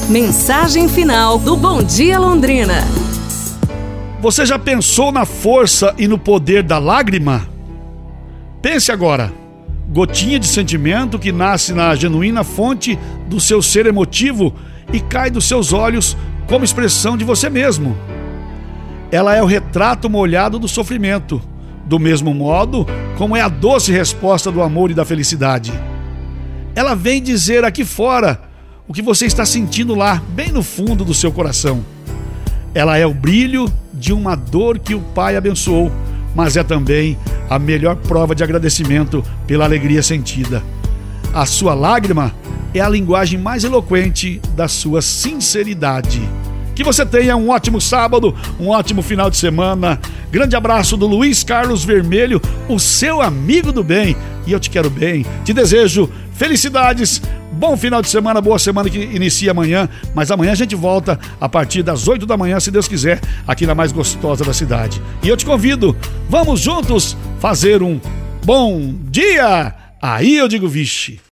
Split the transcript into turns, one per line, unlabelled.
Mensagem final do Bom Dia Londrina.
Você já pensou na força e no poder da lágrima? Pense agora. Gotinha de sentimento que nasce na genuína fonte do seu ser emotivo e cai dos seus olhos como expressão de você mesmo. Ela é o retrato molhado do sofrimento, do mesmo modo como é a doce resposta do amor e da felicidade. Ela vem dizer aqui fora o que você está sentindo lá, bem no fundo do seu coração. Ela é o brilho de uma dor que o Pai abençoou, mas é também a melhor prova de agradecimento pela alegria sentida. A sua lágrima é a linguagem mais eloquente da sua sinceridade. Que você tenha um ótimo sábado, um ótimo final de semana. Grande abraço do Luiz Carlos Vermelho, o seu amigo do bem. E eu te quero bem, te desejo felicidades, bom final de semana, boa semana que inicia amanhã. Mas amanhã a gente volta a partir das 8 da manhã, se Deus quiser, aqui na mais gostosa da cidade. E eu te convido, vamos juntos fazer um bom dia. Aí eu digo vixe.